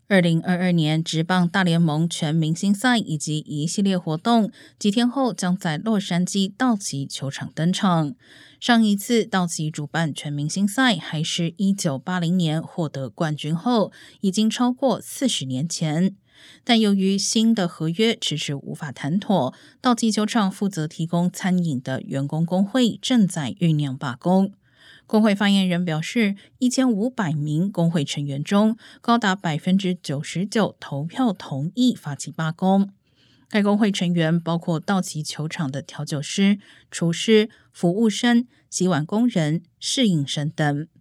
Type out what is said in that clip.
2022年职棒大联盟全明星赛以及一系列活动，几天后将在洛杉矶道奇球场登场。上一次道奇主办全明星赛还是1980年获得冠军后，已经超过40年前。但由于新的合约迟迟无法谈妥，道奇球场负责提供餐饮的员工工会正在酝酿罢工。工会发言人表示，1500名工会成员中，高达99%投票同意发起罢工。该工会成员包括道奇球场的调酒师、厨师、服务生、洗碗工人、侍应生等。